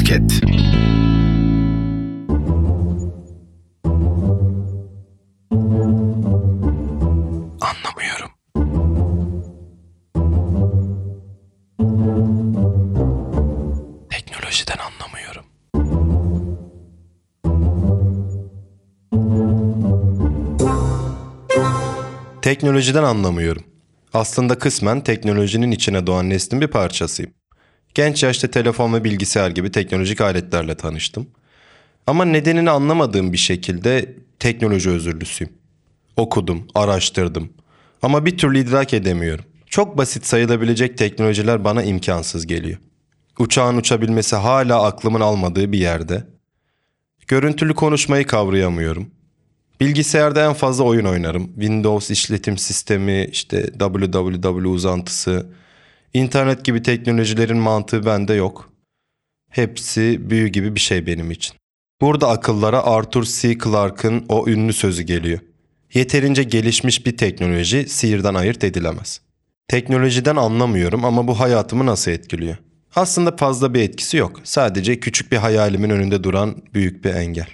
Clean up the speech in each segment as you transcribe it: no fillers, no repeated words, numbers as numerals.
Podcast. Anlamıyorum. Teknolojiden anlamıyorum. Teknolojiden anlamıyorum. Aslında kısmen teknolojinin içine doğan neslin bir parçasıyım. Genç yaşta telefon ve bilgisayar gibi teknolojik aletlerle tanıştım. Ama nedenini anlamadığım bir şekilde teknoloji özürlüsüyüm. Okudum, araştırdım. Ama bir türlü idrak edemiyorum. Çok basit sayılabilecek teknolojiler bana imkansız geliyor. Uçağın uçabilmesi hala aklımın almadığı bir yerde. Görüntülü konuşmayı kavrayamıyorum. Bilgisayarda en fazla oyun oynarım. Windows işletim sistemi, www uzantısı, internet gibi teknolojilerin mantığı bende yok. Hepsi büyü gibi bir şey benim için. Burada akıllara Arthur C. Clarke'ın o ünlü sözü geliyor. Yeterince gelişmiş bir teknoloji sihirden ayırt edilemez. Teknolojiden anlamıyorum ama bu hayatımı nasıl etkiliyor? Aslında fazla bir etkisi yok. Sadece küçük bir hayalimin önünde duran büyük bir engel.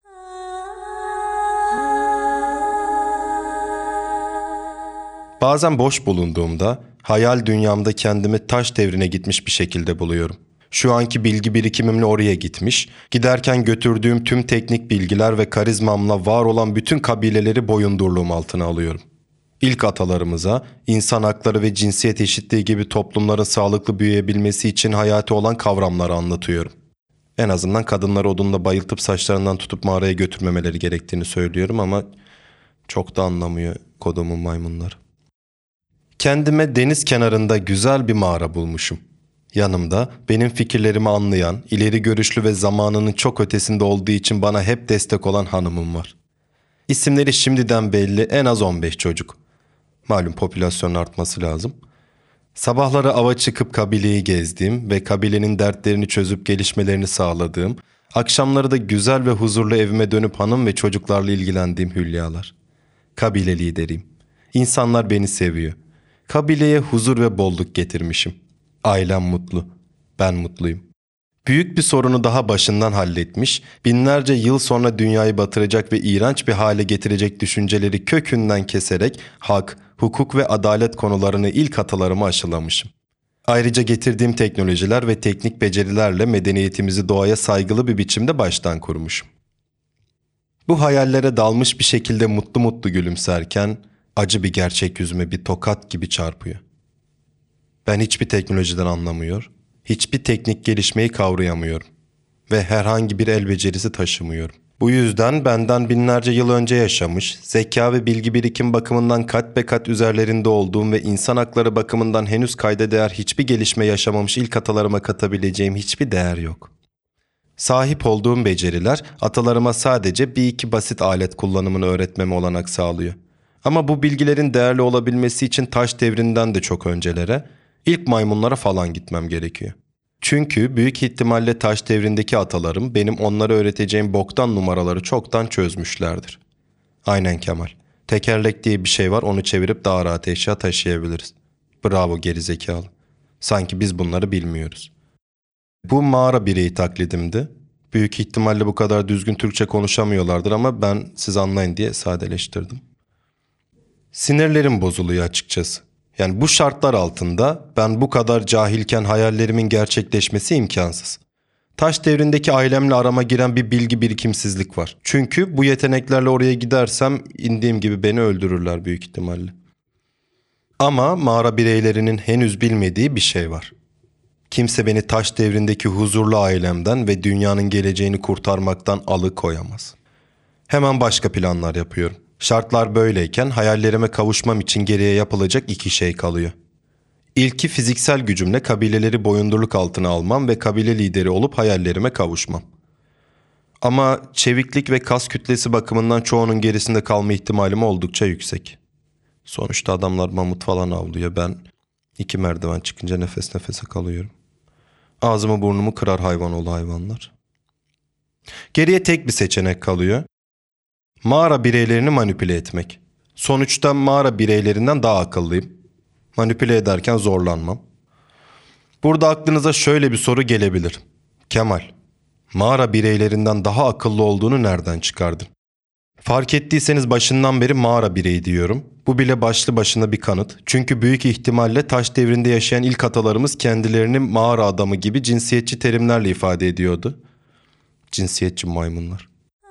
Bazen boş bulunduğumda hayal dünyamda kendimi taş devrine gitmiş bir şekilde buluyorum. Şu anki bilgi birikimimle oraya gitmiş, giderken götürdüğüm tüm teknik bilgiler ve karizmamla var olan bütün kabileleri boyundurluğum altına alıyorum. İlk atalarımıza insan hakları ve cinsiyet eşitliği gibi toplumların sağlıklı büyüyebilmesi için hayati olan kavramları anlatıyorum. En azından kadınları odunla bayıltıp saçlarından tutup mağaraya götürmemeleri gerektiğini söylüyorum ama çok da anlamıyor kodumun maymunları. Kendime deniz kenarında güzel bir mağara bulmuşum. Yanımda benim fikirlerimi anlayan, ileri görüşlü ve zamanının çok ötesinde olduğu için bana hep destek olan hanımım var. İsimleri şimdiden belli, en az 15 çocuk. Malum popülasyonun artması lazım. Sabahları ava çıkıp kabileyi gezdiğim ve kabilenin dertlerini çözüp gelişmelerini sağladığım, akşamları da güzel ve huzurlu evime dönüp hanım ve çocuklarla ilgilendiğim hülyalar. Kabile lideriyim. İnsanlar beni seviyor. Kabileye huzur ve bolluk getirmişim. Ailem mutlu. Ben mutluyum. Büyük bir sorunu daha başından halletmiş, binlerce yıl sonra dünyayı batıracak ve iğrenç bir hale getirecek düşünceleri kökünden keserek hak, hukuk ve adalet konularını ilk atalarıma aşılamışım. Ayrıca getirdiğim teknolojiler ve teknik becerilerle medeniyetimizi doğaya saygılı bir biçimde baştan kurmuşum. Bu hayallere dalmış bir şekilde mutlu mutlu gülümserken acı bir gerçek yüzüme bir tokat gibi çarpıyor. Ben hiçbir teknolojiden anlamıyor, hiçbir teknik gelişmeyi kavrayamıyorum ve herhangi bir el becerisi taşımıyorum. Bu yüzden benden binlerce yıl önce yaşamış, zeka ve bilgi birikim bakımından kat be kat üzerlerinde olduğum ve insan hakları bakımından henüz kayda değer hiçbir gelişme yaşamamış ilk atalarıma katabileceğim hiçbir değer yok. Sahip olduğum beceriler atalarıma sadece bir iki basit alet kullanımını öğretmeme olanak sağlıyor. Ama bu bilgilerin değerli olabilmesi için taş devrinden de çok öncelere, ilk maymunlara falan gitmem gerekiyor. Çünkü büyük ihtimalle taş devrindeki atalarım benim onlara öğreteceğim boktan numaraları çoktan çözmüşlerdir. Aynen Kemal. Tekerlek diye bir şey var, onu çevirip daha rahat eşya taşıyabiliriz. Bravo gerizekalı. Sanki biz bunları bilmiyoruz. Bu mağara bireyi taklidimdi. Büyük ihtimalle bu kadar düzgün Türkçe konuşamıyorlardır ama ben siz anlayın diye sadeleştirdim. Sinirlerim bozuluyor açıkçası. Yani bu şartlar altında ben bu kadar cahilken hayallerimin gerçekleşmesi imkansız. Taş devrindeki ailemle arama giren bir bilgi birikimsizlik var. Çünkü bu yeteneklerle oraya gidersem indiğim gibi beni öldürürler büyük ihtimalle. Ama mağara bireylerinin henüz bilmediği bir şey var. Kimse beni taş devrindeki huzurlu ailemden ve dünyanın geleceğini kurtarmaktan alıkoyamaz. Hemen başka planlar yapıyorum. Şartlar böyleyken hayallerime kavuşmam için geriye yapılacak iki şey kalıyor. İlki fiziksel gücümle kabileleri boyundurluk altına almam ve kabile lideri olup hayallerime kavuşmam. Ama çeviklik ve kas kütlesi bakımından çoğunun gerisinde kalma ihtimalim oldukça yüksek. Sonuçta adamlar mamut falan avlıyor. Ben 2 merdiven çıkınca nefes nefese kalıyorum. Ağzımı burnumu kırar hayvanoğlu hayvanlar. Geriye tek bir seçenek kalıyor. Mağara bireylerini manipüle etmek. Sonuçta mağara bireylerinden daha akıllıyım. Manipüle ederken zorlanmam. Burada aklınıza şöyle bir soru gelebilir. Kemal, Mağara bireylerinden daha akıllı olduğunu nereden çıkardın? Fark ettiyseniz başından beri mağara bireyi diyorum. Bu bile başlı başına bir kanıt. Çünkü büyük ihtimalle taş devrinde yaşayan ilk atalarımız kendilerini mağara adamı gibi cinsiyetçi terimlerle ifade ediyordu. Cinsiyetçi maymunlar.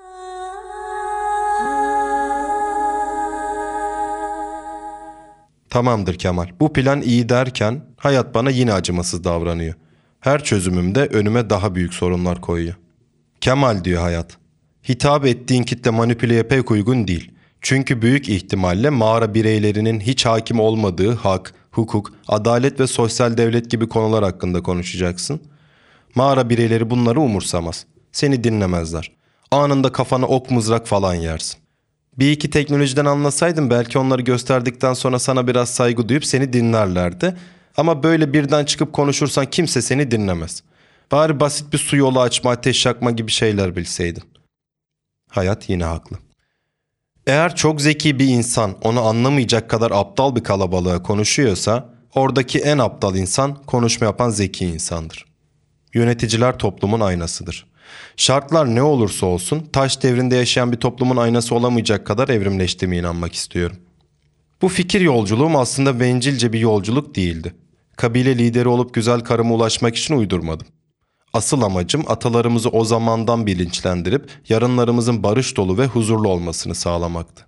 Tamamdır Kemal. Bu plan iyi derken hayat bana yine acımasız davranıyor. Her çözümümde önüme daha büyük sorunlar koyuyor. Kemal diyor hayat. Hitap ettiğin kitle manipüleye pek uygun değil. Çünkü büyük ihtimalle mağara bireylerinin hiç hakim olmadığı hak, hukuk, adalet ve sosyal devlet gibi konular hakkında konuşacaksın. Mağara bireyleri bunları umursamaz. Seni dinlemezler. Anında kafana ok mızrak falan yersin. Bir iki teknolojiden anlasaydın belki onları gösterdikten sonra sana biraz saygı duyup seni dinlerlerdi. Ama böyle birden çıkıp konuşursan kimse seni dinlemez. Bari basit bir su yolu açma, ateş yakma gibi şeyler bilseydin. Hayat yine haklı. Eğer çok zeki bir insan onu anlamayacak kadar aptal bir kalabalığa konuşuyorsa, oradaki en aptal insan konuşma yapan zeki insandır. Yöneticiler toplumun aynasıdır. Şartlar ne olursa olsun taş devrinde yaşayan bir toplumun aynası olamayacak kadar evrimleştiğime inanmak istiyorum. Bu fikir yolculuğum aslında bencilce bir yolculuk değildi. Kabile lideri olup güzel karıma ulaşmak için uydurmadım. Asıl amacım atalarımızı o zamandan bilinçlendirip yarınlarımızın barış dolu ve huzurlu olmasını sağlamaktı.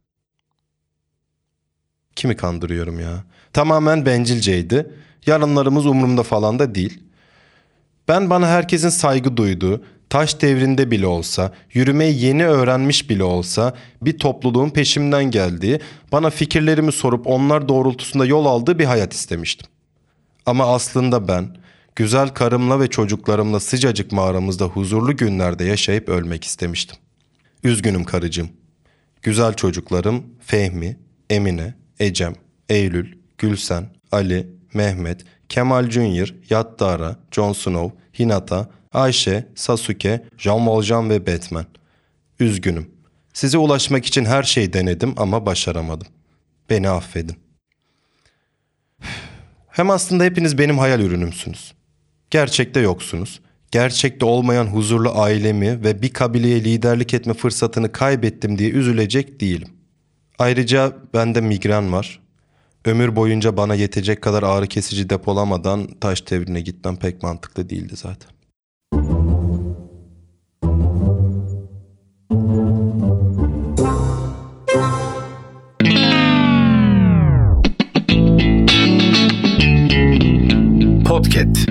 Kimi kandırıyorum ya? Tamamen bencilceydi. Yarınlarımız umurumda falan da değil. Ben bana herkesin saygı duyduğu, taş devrinde bile olsa, yürümeyi yeni öğrenmiş bile olsa bir topluluğun peşimden geldiği, bana fikirlerimi sorup onlar doğrultusunda yol aldığı bir hayat istemiştim. Ama aslında ben güzel karımla ve çocuklarımla sıcacık mağaramızda huzurlu günlerde yaşayıp ölmek istemiştim. Üzgünüm karıcığım. Güzel çocuklarım Fehmi, Emine, Ecem, Eylül, Gülsen, Ali, Mehmet, Kemal Junior, Yattara, Jon Snow, Hinata, Ayşe, Sasuke, Jean Valjean ve Batman. Üzgünüm. Size ulaşmak için her şeyi denedim ama başaramadım. Beni affedin. Hem aslında hepiniz benim hayal ürünümsünüz. Gerçekte yoksunuz. Gerçekte olmayan huzurlu ailemi ve bir kabileye liderlik etme fırsatını kaybettim diye üzülecek değilim. Ayrıca bende migren var. Ömür boyunca bana yetecek kadar ağrı kesici depolamadan taş devrine gitmem pek mantıklı değildi zaten. Podcast.